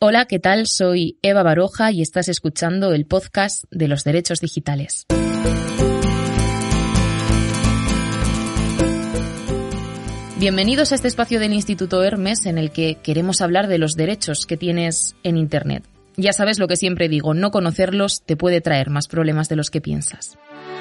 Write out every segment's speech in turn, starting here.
Hola, ¿qué tal? Soy Eva Baroja y estás escuchando el podcast de los derechos digitales. Bienvenidos a este espacio del Instituto Hermes en el que queremos hablar de los derechos que tienes en Internet. Ya sabes lo que siempre digo, no conocerlos te puede traer más problemas de los que piensas.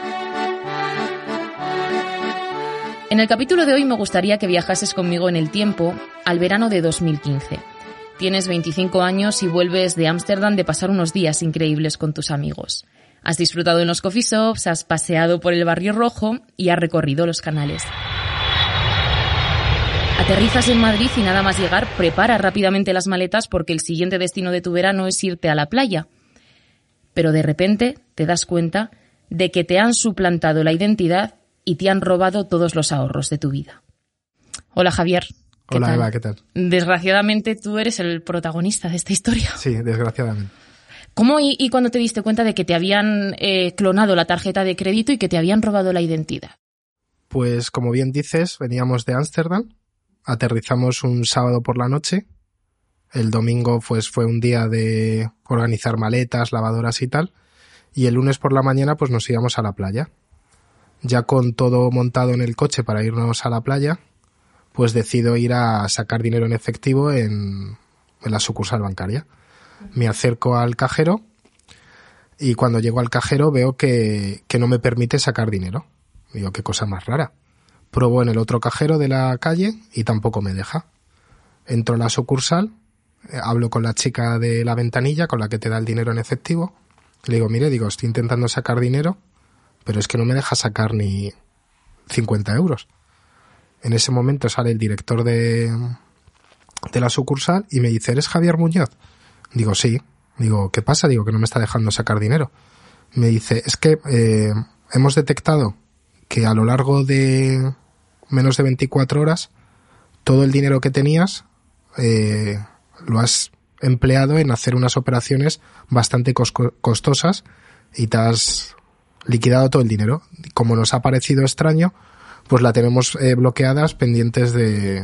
En el capítulo de hoy me gustaría que viajases conmigo en el tiempo al verano de 2015. Tienes 25 años y vuelves de Ámsterdam de pasar unos días increíbles con tus amigos. Has disfrutado en los coffee shops, has paseado por el Barrio Rojo y has recorrido los canales. Aterrizas en Madrid y nada más llegar, prepara rápidamente las maletas porque el siguiente destino de tu verano es irte a la playa. Pero de repente te das cuenta de que te han suplantado la identidad y te han robado todos los ahorros de tu vida. Hola, Javier. Hola, tal? Eva, ¿qué tal? Desgraciadamente tú eres el protagonista de esta historia. Sí, desgraciadamente. ¿Cómo y cuándo te diste cuenta de que te habían clonado la tarjeta de crédito y que te habían robado la identidad? Pues como bien dices, veníamos de Ámsterdam, aterrizamos un sábado por la noche, el domingo pues fue un día de organizar maletas, lavadoras y tal, y el lunes por la mañana pues nos íbamos a la playa. Ya con todo montado en el coche para irnos a la playa, pues decido ir a sacar dinero en efectivo en la sucursal bancaria. Me acerco al cajero y cuando llego al cajero veo que no me permite sacar dinero. Digo, qué cosa más rara. Pruebo en el otro cajero de la calle y tampoco me deja. Entro a la sucursal, hablo con la chica de la ventanilla con la que te da el dinero en efectivo. Le digo, mire, estoy intentando sacar dinero, pero es que no me deja sacar ni 50 euros. En ese momento sale el director de la sucursal y me dice, ¿eres Javier Muñoz? Digo, sí. Digo, ¿qué pasa? Digo, que no me está dejando sacar dinero. Me dice, es que hemos detectado que a lo largo de menos de 24 horas todo el dinero que tenías lo has empleado en hacer unas operaciones bastante costosas y te has liquidado todo el dinero. Como nos ha parecido extraño, pues la tenemos bloqueadas, pendientes de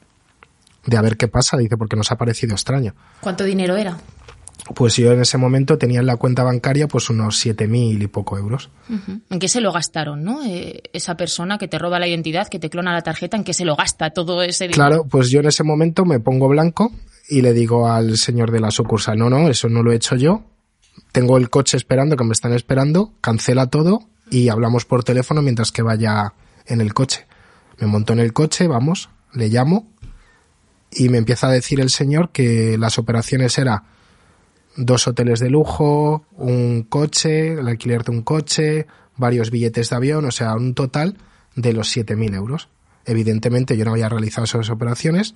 a ver qué pasa. Dice, porque nos ha parecido extraño. ¿Cuánto dinero era? Pues yo en ese momento tenía en la cuenta bancaria pues unos 7.000 y poco euros. Uh-huh. ¿En qué se lo gastaron, no? Esa persona que te roba la identidad, que te clona la tarjeta, ¿en qué se lo gasta todo ese dinero? Claro, pues yo en ese momento me pongo blanco y le digo al señor de la sucursal, no, eso no lo he hecho yo. Tengo el coche esperando, que me están esperando, cancela todo y hablamos por teléfono mientras que vaya en el coche. Me monto en el coche, vamos, le llamo y me empieza a decir el señor que las operaciones eran 2 hoteles de lujo, un coche, el alquiler de un coche, varios billetes de avión, o sea, un total de los 7.000 euros. Evidentemente yo no había realizado esas operaciones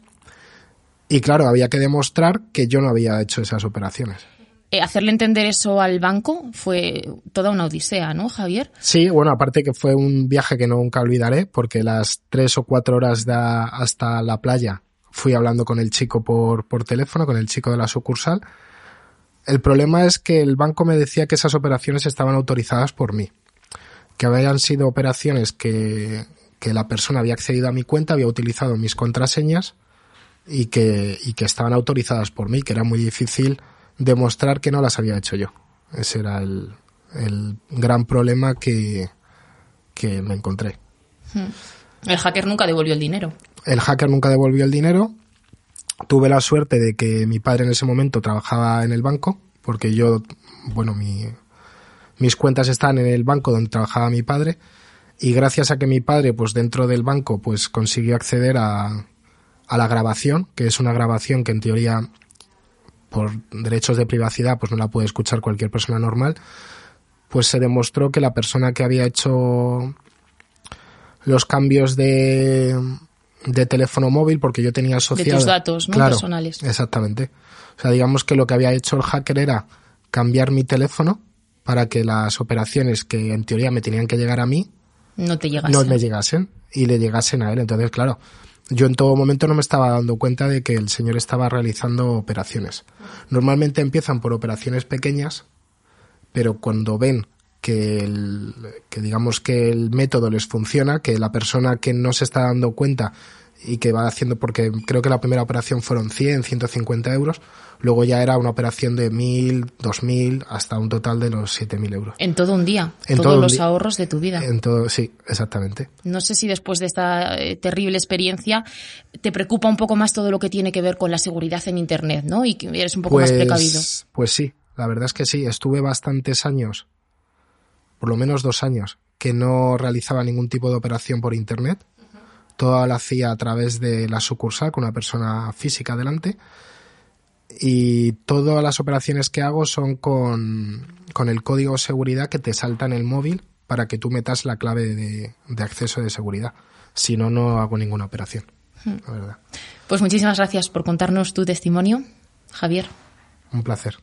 y claro, había que demostrar que yo no había hecho esas operaciones. Hacerle entender eso al banco fue toda una odisea, ¿no, Javier? Sí, bueno, aparte que fue un viaje que nunca olvidaré, porque las 3 o 4 horas hasta la playa fui hablando con el chico por teléfono, con el chico de la sucursal. El problema es que el banco me decía que esas operaciones estaban autorizadas por mí, que habían sido operaciones que la persona había accedido a mi cuenta, había utilizado mis contraseñas y que estaban autorizadas por mí, que era muy difícil demostrar que no las había hecho yo. Ese era el gran problema que me encontré. El hacker nunca devolvió el dinero. El hacker nunca devolvió el dinero. Tuve la suerte de que mi padre en ese momento trabajaba en el banco, porque yo, bueno, mis cuentas están en el banco donde trabajaba mi padre, y gracias a que mi padre, pues dentro del banco, pues consiguió acceder a la grabación, que es una grabación que en teoría por derechos de privacidad pues no la puede escuchar cualquier persona normal, pues se demostró que la persona que había hecho los cambios de teléfono móvil, porque yo tenía asociado... De tus datos, ¿no? Claro, personales. Exactamente. O sea, digamos que lo que había hecho el hacker era cambiar mi teléfono para que las operaciones que en teoría me tenían que llegar a mí no me llegasen y le llegasen a él. Entonces, claro, yo en todo momento no me estaba dando cuenta de que el señor estaba realizando operaciones. Normalmente empiezan por operaciones pequeñas, pero cuando ven que digamos que el método les funciona, que la persona que no se está dando cuenta y que va haciendo, porque creo que la primera operación fueron 100, 150 euros, luego ya era una operación de 1.000, 2.000, hasta un total de los 7.000 euros. En todo un día, todos los ahorros de tu vida. En todo, sí, exactamente. No sé si después de esta terrible experiencia te preocupa un poco más todo lo que tiene que ver con la seguridad en Internet, ¿no? Y que eres un poco más precavido. Pues sí, la verdad es que sí. Estuve bastantes años, por lo menos 2 años, que no realizaba ningún tipo de operación por Internet. Todo lo hacía a través de la sucursal con una persona física delante, y todas las operaciones que hago son con el código de seguridad que te salta en el móvil para que tú metas la clave de acceso de seguridad. Si no, no hago ninguna operación, la verdad. Pues muchísimas gracias por contarnos tu testimonio, Javier. Un placer.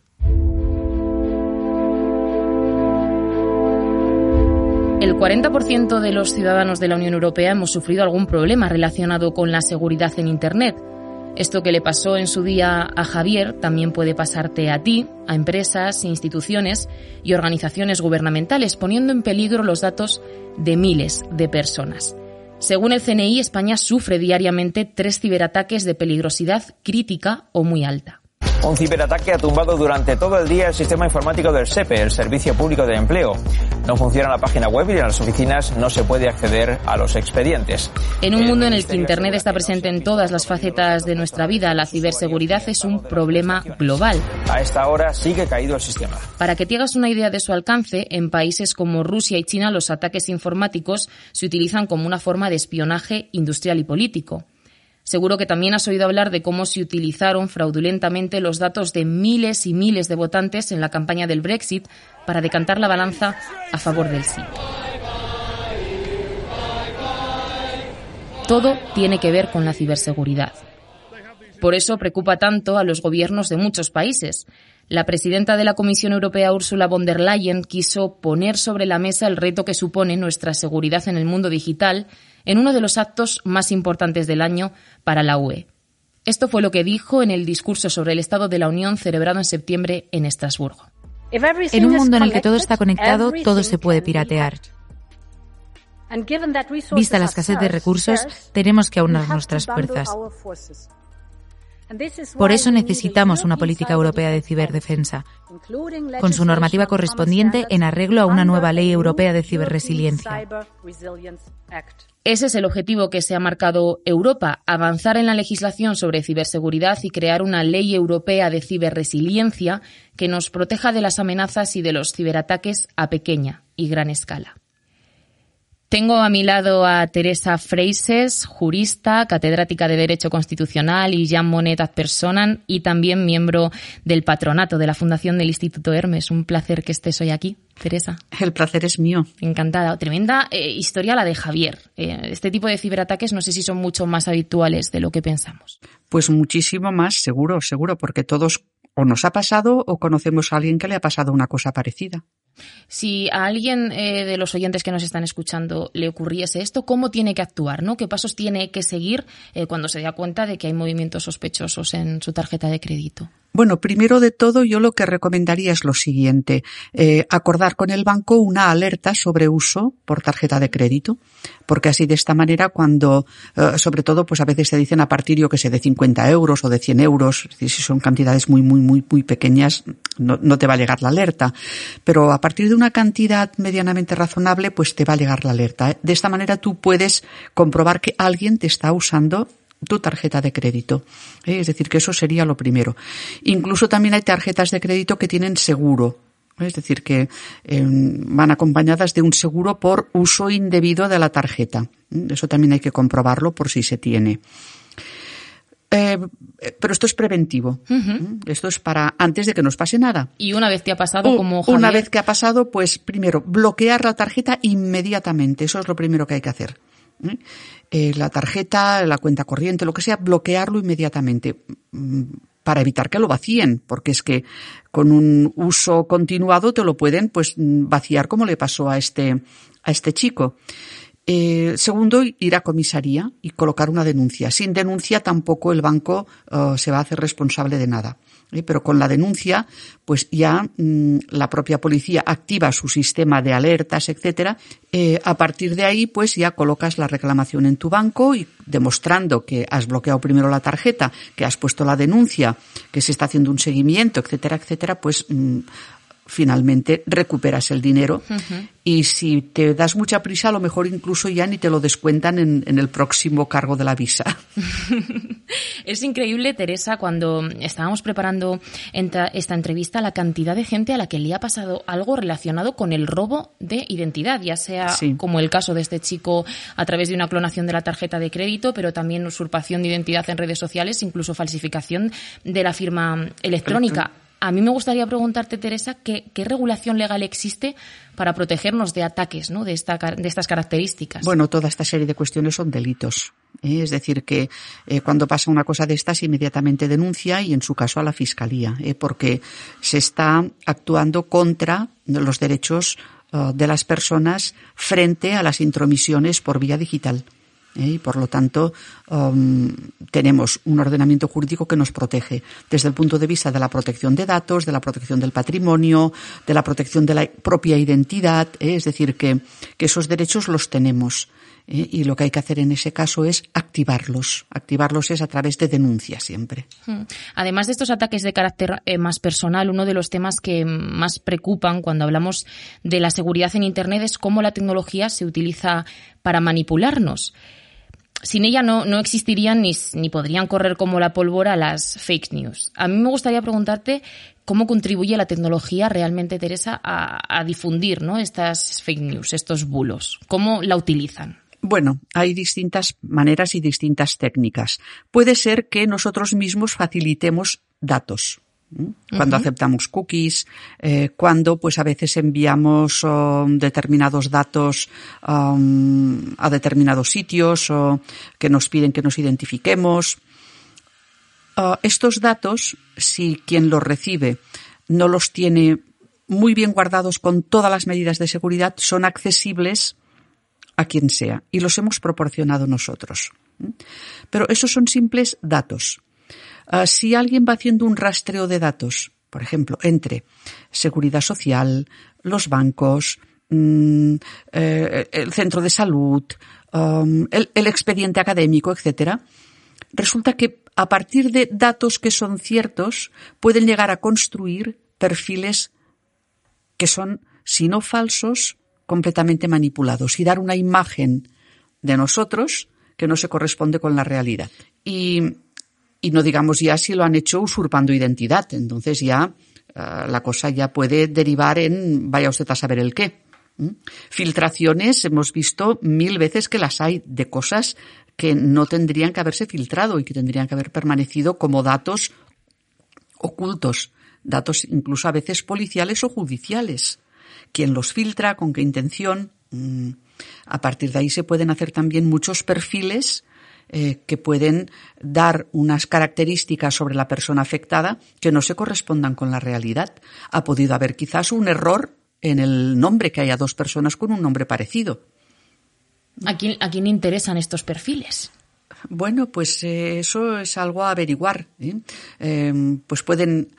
El 40% de los ciudadanos de la Unión Europea hemos sufrido algún problema relacionado con la seguridad en Internet. Esto que le pasó en su día a Javier también puede pasarte a ti, a empresas, instituciones y organizaciones gubernamentales, poniendo en peligro los datos de miles de personas. Según el CNI, España sufre diariamente 3 ciberataques de peligrosidad crítica o muy alta. Un ciberataque ha tumbado durante todo el día el sistema informático del SEPE, el Servicio Público de Empleo. No funciona la página web y en las oficinas no se puede acceder a los expedientes. En un mundo en el que Internet está presente en todas las facetas de nuestra vida, la ciberseguridad es un problema global. A esta hora sigue caído el sistema. Para que te hagas una idea de su alcance, en países como Rusia y China los ataques informáticos se utilizan como una forma de espionaje industrial y político. Seguro que también has oído hablar de cómo se utilizaron fraudulentamente los datos de miles y miles de votantes en la campaña del Brexit para decantar la balanza a favor del sí. Todo tiene que ver con la ciberseguridad. Por eso preocupa tanto a los gobiernos de muchos países. La presidenta de la Comisión Europea, Ursula von der Leyen, quiso poner sobre la mesa el reto que supone nuestra seguridad en el mundo digital en uno de los actos más importantes del año para la UE. Esto fue lo que dijo en el discurso sobre el Estado de la Unión celebrado en septiembre en Estrasburgo. En un mundo en el que todo está conectado, todo se puede piratear. Vista la escasez de recursos, tenemos que aunar nuestras fuerzas. Por eso necesitamos una política europea de ciberdefensa, con su normativa correspondiente en arreglo a una nueva ley europea de ciberresiliencia. Ese es el objetivo que se ha marcado Europa, avanzar en la legislación sobre ciberseguridad y crear una ley europea de ciberresiliencia que nos proteja de las amenazas y de los ciberataques a pequeña y gran escala. Tengo a mi lado a Teresa Freixes, jurista, catedrática de Derecho Constitucional y Jean Monnet ad personam, y también miembro del patronato de la Fundación del Instituto Hermes. Un placer que estés hoy aquí, Teresa. El placer es mío. Encantada. Tremenda historia la de Javier. Este tipo de ciberataques no sé si son mucho más habituales de lo que pensamos. Pues muchísimo más, seguro, porque todos o nos ha pasado o conocemos a alguien que le ha pasado una cosa parecida. Si a alguien de los oyentes que nos están escuchando le ocurriese esto, ¿cómo tiene que actuar, ¿no? ¿Qué pasos tiene que seguir cuando se da cuenta de que hay movimientos sospechosos en su tarjeta de crédito? Bueno, primero de todo, yo lo que recomendaría es lo siguiente, acordar con el banco una alerta sobre uso por tarjeta de crédito, porque así de esta manera cuando, sobre todo, pues a veces te dicen a partir, yo que sé, de 50 euros o de 100 euros, es decir, si son cantidades muy pequeñas, no te va a llegar la alerta, pero a partir de una cantidad medianamente razonable, pues te va a llegar la alerta. De esta manera tú puedes comprobar que alguien te está usando tu tarjeta de crédito. Es decir, que eso sería lo primero. Incluso también hay tarjetas de crédito que tienen seguro. Es decir, que van acompañadas de un seguro por uso indebido de la tarjeta. Eso también hay que comprobarlo por si se tiene. Pero esto es preventivo. Uh-huh. Esto es para antes de que nos pase nada. Y una vez que ha pasado, como Javier... Una vez que ha pasado, pues primero, bloquear la tarjeta inmediatamente. Eso es lo primero que hay que hacer. La tarjeta, la cuenta corriente, lo que sea, bloquearlo inmediatamente para evitar que lo vacíen, porque es que con un uso continuado te lo pueden pues vaciar como le pasó a este chico. Segundo, ir a comisaría y colocar una denuncia. Sin denuncia tampoco el banco se va a hacer responsable de nada. Pero con la denuncia, pues ya la propia policía activa su sistema de alertas, etcétera. A partir de ahí, pues ya colocas la reclamación en tu banco y demostrando que has bloqueado primero la tarjeta, que has puesto la denuncia, que se está haciendo un seguimiento, etcétera, etcétera, pues finalmente recuperas el dinero. Uh-huh. Y si te das mucha prisa, a lo mejor incluso ya ni te lo descuentan en el próximo cargo de la visa. Es increíble, Teresa, cuando estábamos preparando esta entrevista, la cantidad de gente a la que le ha pasado algo relacionado con el robo de identidad, ya sea como el caso de este chico a través de una clonación de la tarjeta de crédito, pero también usurpación de identidad en redes sociales, incluso falsificación de la firma electrónica. A mí me gustaría preguntarte, Teresa, ¿qué regulación legal existe para protegernos de ataques, ¿no?, de estas características? Bueno, toda esta serie de cuestiones son delitos. Es decir, que cuando pasa una cosa de estas, inmediatamente denuncia y, en su caso, a la Fiscalía, porque se está actuando contra los derechos de las personas frente a las intromisiones por vía digital. Y por lo tanto tenemos un ordenamiento jurídico que nos protege desde el punto de vista de la protección de datos, de la protección del patrimonio, de la protección de la propia identidad, es decir, que esos derechos los tenemos. Y lo que hay que hacer en ese caso es activarlos. Activarlos es a través de denuncia siempre. Además de estos ataques de carácter más personal, uno de los temas que más preocupan cuando hablamos de la seguridad en Internet es cómo la tecnología se utiliza para manipularnos. Sin ella no existirían ni podrían correr como la pólvora las fake news. A mí me gustaría preguntarte cómo contribuye la tecnología realmente, Teresa, a difundir, ¿no?, estas fake news, estos bulos. ¿Cómo la utilizan? Bueno, hay distintas maneras y distintas técnicas. Puede ser que nosotros mismos facilitemos datos. Cuando aceptamos cookies, cuando pues a veces enviamos determinados datos a determinados sitios o que nos piden que nos identifiquemos. Estos datos, si quien los recibe no los tiene muy bien guardados con todas las medidas de seguridad, son accesibles a quien sea y los hemos proporcionado nosotros. Pero esos son simples datos. Si alguien va haciendo un rastreo de datos, por ejemplo, entre seguridad social, los bancos, el centro de salud, el expediente académico, etcétera, resulta que a partir de datos que son ciertos pueden llegar a construir perfiles que son, si no falsos, completamente manipulados y dar una imagen de nosotros que no se corresponde con la realidad. Y no digamos ya si lo han hecho usurpando identidad. Entonces ya la cosa ya puede derivar en vaya usted a saber el qué. Filtraciones hemos visto 1000 veces que las hay de cosas que no tendrían que haberse filtrado y que tendrían que haber permanecido como datos ocultos, datos incluso a veces policiales o judiciales. ¿Quién los filtra? ¿Con qué intención? A partir de ahí se pueden hacer también muchos perfiles que pueden dar unas características sobre la persona afectada que no se correspondan con la realidad. Ha podido haber quizás un error en el nombre, que haya 2 personas con un nombre parecido. ¿A quién interesan estos perfiles? Bueno, pues eso es algo a averiguar. Pues puede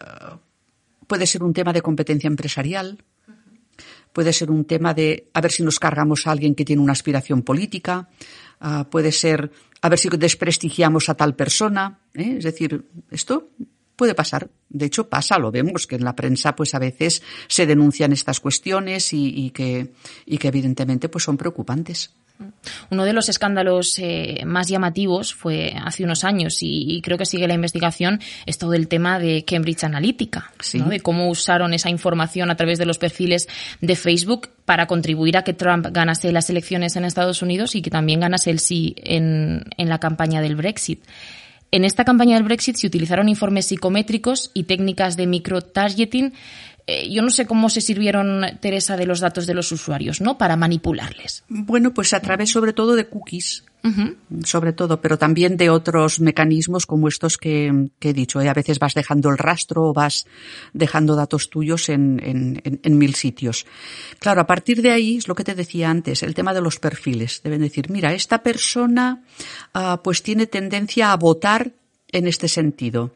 ser un tema de competencia empresarial, puede ser un tema de a ver si nos cargamos a alguien que tiene una aspiración política, puede ser a ver si desprestigiamos a tal persona, Es decir, esto puede pasar. De hecho, pasa, lo vemos, que en la prensa pues a veces se denuncian estas cuestiones y que evidentemente pues son preocupantes. Uno de los escándalos más llamativos fue hace unos años y creo que sigue la investigación, es todo el tema de Cambridge Analytica, sí, ¿no?, de cómo usaron esa información a través de los perfiles de Facebook para contribuir a que Trump ganase las elecciones en Estados Unidos y que también ganase el sí en la campaña del Brexit. En esta campaña del Brexit se utilizaron informes psicométricos y técnicas de microtargeting yo no sé cómo se sirvieron, Teresa, de los datos de los usuarios, ¿no? Para manipularles. Bueno, pues a través sobre todo de cookies, sobre todo, pero también de otros mecanismos como estos que he dicho. A veces vas dejando el rastro o vas dejando datos tuyos en 1000 sitios. Claro, a partir de ahí es lo que te decía antes, el tema de los perfiles. Deben decir, mira, esta persona pues tiene tendencia a votar en este sentido.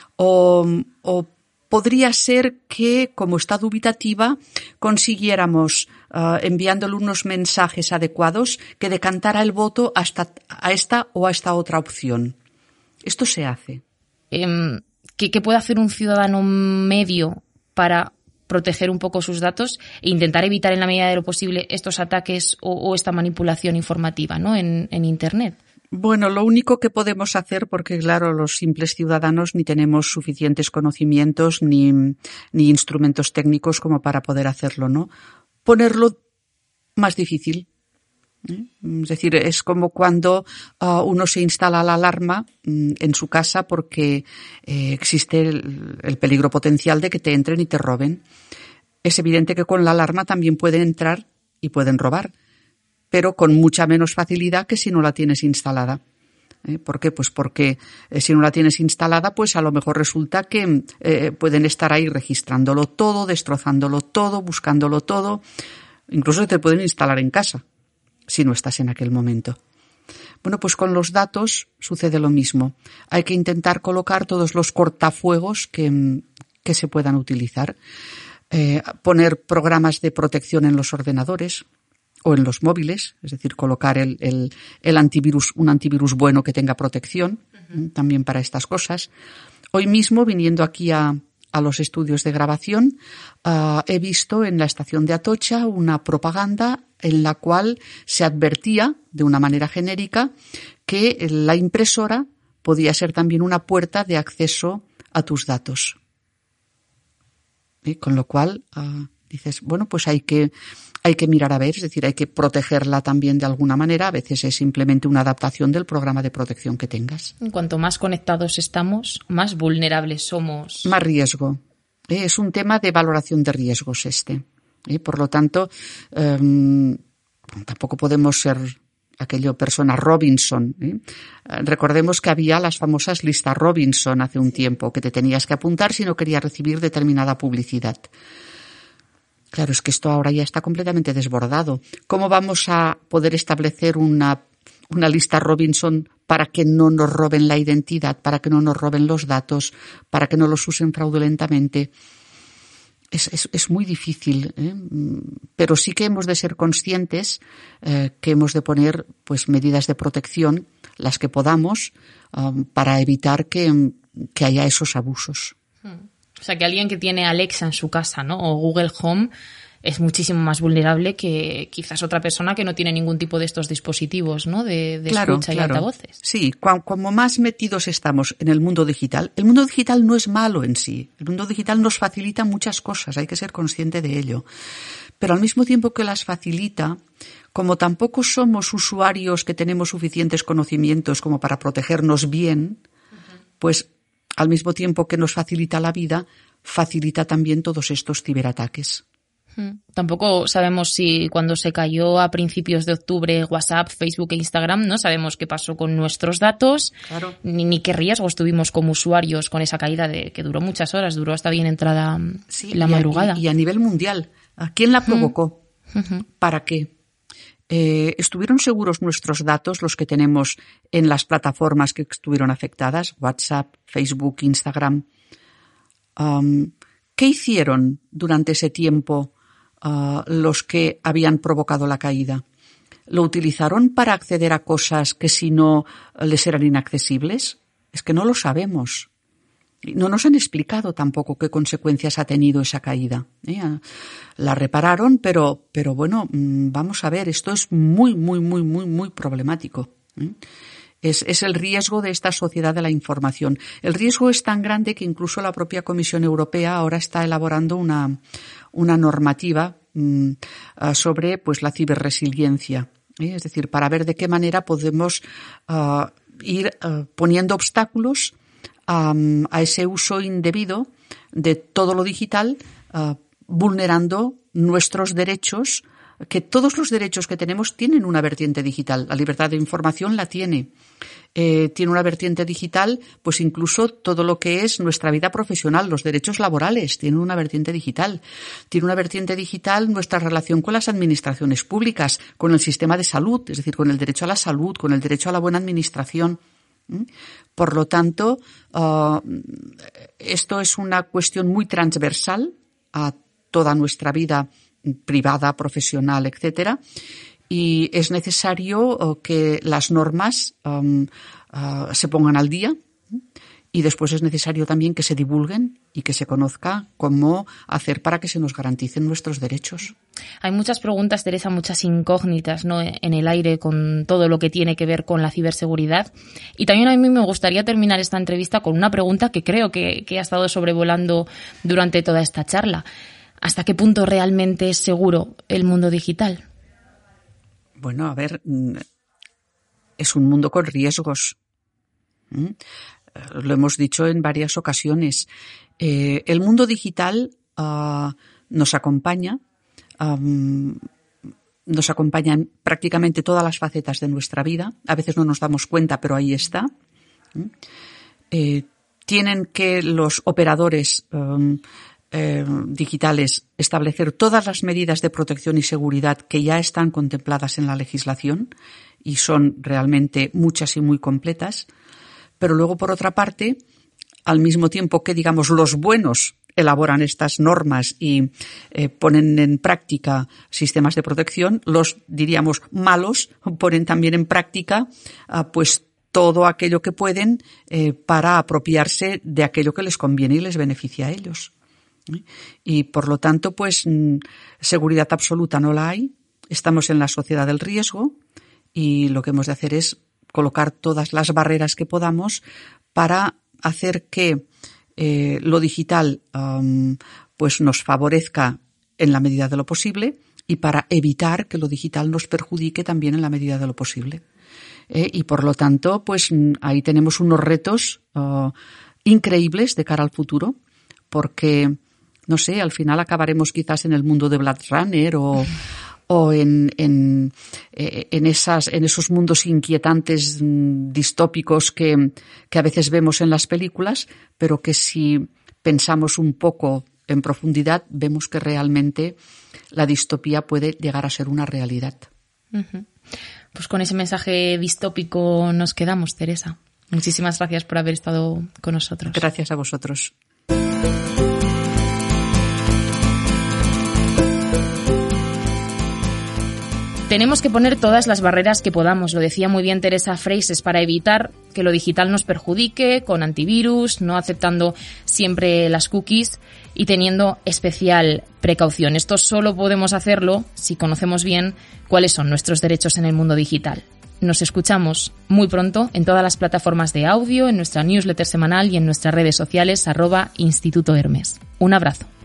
O podría ser que, como está dubitativa, consiguiéramos, enviándole unos mensajes adecuados, que decantara el voto a esta o a esta otra opción. Esto se hace. ¿Qué puede hacer un ciudadano medio para proteger un poco sus datos e intentar evitar en la medida de lo posible estos ataques o esta manipulación informativa, ¿no? en Internet? Bueno, lo único que podemos hacer, porque claro, los simples ciudadanos ni tenemos suficientes conocimientos ni instrumentos técnicos como para poder hacerlo, ¿no? Ponerlo más difícil. Es decir, es como cuando uno se instala la alarma en su casa porque existe el peligro potencial de que te entren y te roben. Es evidente que con la alarma también pueden entrar y pueden robar, pero con mucha menos facilidad que si no la tienes instalada. ¿Por qué? Pues porque si no la tienes instalada, pues a lo mejor resulta que pueden estar ahí registrándolo todo, destrozándolo todo, buscándolo todo. Incluso te pueden instalar en casa, si no estás en aquel momento. Bueno, pues con los datos sucede lo mismo. Hay que intentar colocar todos los cortafuegos que se puedan utilizar. Poner programas de protección en los ordenadores o en los móviles, es decir, colocar el antivirus, un antivirus bueno que tenga protección, también para estas cosas. Hoy mismo, viniendo aquí a los estudios de grabación, he visto en la estación de Atocha una propaganda en la cual se advertía, de una manera genérica, que la impresora podía ser también una puerta de acceso a tus datos. Con lo cual, dices, bueno, pues hay que mirar a ver, es decir, hay que protegerla también de alguna manera. A veces es simplemente una adaptación del programa de protección que tengas. Cuanto más conectados estamos, más vulnerables somos. Más riesgo. Es un tema de valoración de riesgos este. Por lo tanto, tampoco podemos ser aquello persona Robinson. Recordemos que había las famosas listas Robinson hace un tiempo, que te tenías que apuntar si no querías recibir determinada publicidad. Claro, es que esto ahora ya está completamente desbordado. ¿Cómo vamos a poder establecer una lista Robinson para que no nos roben la identidad, para que no nos roben los datos, para que no los usen fraudulentamente? Es muy difícil, pero sí que hemos de ser conscientes que hemos de poner pues medidas de protección, las que podamos, para evitar que haya esos abusos. O sea, que alguien que tiene Alexa en su casa, ¿no? O Google Home es muchísimo más vulnerable que quizás otra persona que no tiene ningún tipo de estos dispositivos, ¿no? De escucha y altavoces. Sí, como más metidos estamos en el mundo digital no es malo en sí. El mundo digital nos facilita muchas cosas, hay que ser consciente de ello. Pero al mismo tiempo que las facilita, como tampoco somos usuarios que tenemos suficientes conocimientos como para protegernos bien, pues al mismo tiempo que nos facilita la vida, facilita también todos estos ciberataques. Tampoco sabemos si cuando se cayó a principios de octubre WhatsApp, Facebook e Instagram, no sabemos qué pasó con nuestros datos, claro, ni qué riesgos tuvimos como usuarios con esa caída que duró muchas horas, duró hasta bien entrada la madrugada. Y a nivel mundial, ¿a quién la provocó? ¿Para qué? ¿Estuvieron seguros nuestros datos, los que tenemos en las plataformas que estuvieron afectadas? WhatsApp, Facebook, Instagram. ¿Qué hicieron durante ese tiempo los que habían provocado la caída? ¿Lo utilizaron para acceder a cosas que si no les eran inaccesibles? Es que no lo sabemos. No nos han explicado tampoco qué consecuencias ha tenido esa caída. La repararon, pero bueno, vamos a ver, esto es muy problemático. Es el riesgo de esta sociedad de la información. El riesgo es tan grande que incluso la propia Comisión Europea ahora está elaborando una normativa sobre pues la ciberresiliencia. Es decir, para ver de qué manera podemos ir poniendo obstáculos a ese uso indebido de todo lo digital vulnerando nuestros derechos, que todos los derechos que tenemos tienen una vertiente digital. La libertad de información la tiene. Tiene una vertiente digital, pues incluso todo lo que es nuestra vida profesional, los derechos laborales, tienen una vertiente digital. Tiene una vertiente digital nuestra relación con las administraciones públicas, con el sistema de salud, es decir, con el derecho a la salud, con el derecho a la buena administración. Por lo tanto, esto es una cuestión muy transversal a toda nuestra vida privada, profesional, etcétera, y es necesario que las normas se pongan al día, y después es necesario también que se divulguen y que se conozca cómo hacer para que se nos garanticen nuestros derechos. Hay muchas preguntas, Teresa, muchas incógnitas, ¿no?, en el aire con todo lo que tiene que ver con la ciberseguridad. Y también a mí me gustaría terminar esta entrevista con una pregunta que creo que ha estado sobrevolando durante toda esta charla. ¿Hasta qué punto realmente es seguro el mundo digital? Bueno, a ver, es un mundo con riesgos. Lo hemos dicho en varias ocasiones. El mundo digital nos acompaña en prácticamente todas las facetas de nuestra vida. A veces no nos damos cuenta, pero ahí está. Tienen que los operadores digitales establecer todas las medidas de protección y seguridad que ya están contempladas en la legislación, y son realmente muchas y muy completas. Pero luego, por otra parte, al mismo tiempo que, digamos, los buenos elaboran estas normas y ponen en práctica sistemas de protección, los, diríamos, malos ponen también en práctica pues todo aquello que pueden para apropiarse de aquello que les conviene y les beneficia a ellos. Y por lo tanto, pues seguridad absoluta no la hay. Estamos en la sociedad del riesgo y lo que hemos de hacer es colocar todas las barreras que podamos para hacer que lo digital pues nos favorezca en la medida de lo posible, y para evitar que lo digital nos perjudique también en la medida de lo posible. Y por lo tanto, pues ahí tenemos unos retos increíbles de cara al futuro, porque, no sé, al final acabaremos quizás en el mundo de Blade Runner o en esos mundos inquietantes, distópicos que a veces vemos en las películas, pero que si pensamos un poco en profundidad vemos que realmente la distopía puede llegar a ser una realidad. Pues con ese mensaje distópico nos quedamos, Teresa. Muchísimas gracias por haber estado con nosotros. Gracias a vosotros. Tenemos que poner todas las barreras que podamos, lo decía muy bien Teresa Freixes, para evitar que lo digital nos perjudique, con antivirus, no aceptando siempre las cookies y teniendo especial precaución. Esto solo podemos hacerlo si conocemos bien cuáles son nuestros derechos en el mundo digital. Nos escuchamos muy pronto en todas las plataformas de audio, en nuestra newsletter semanal y en nuestras redes sociales @Instituto Hermes. Un abrazo.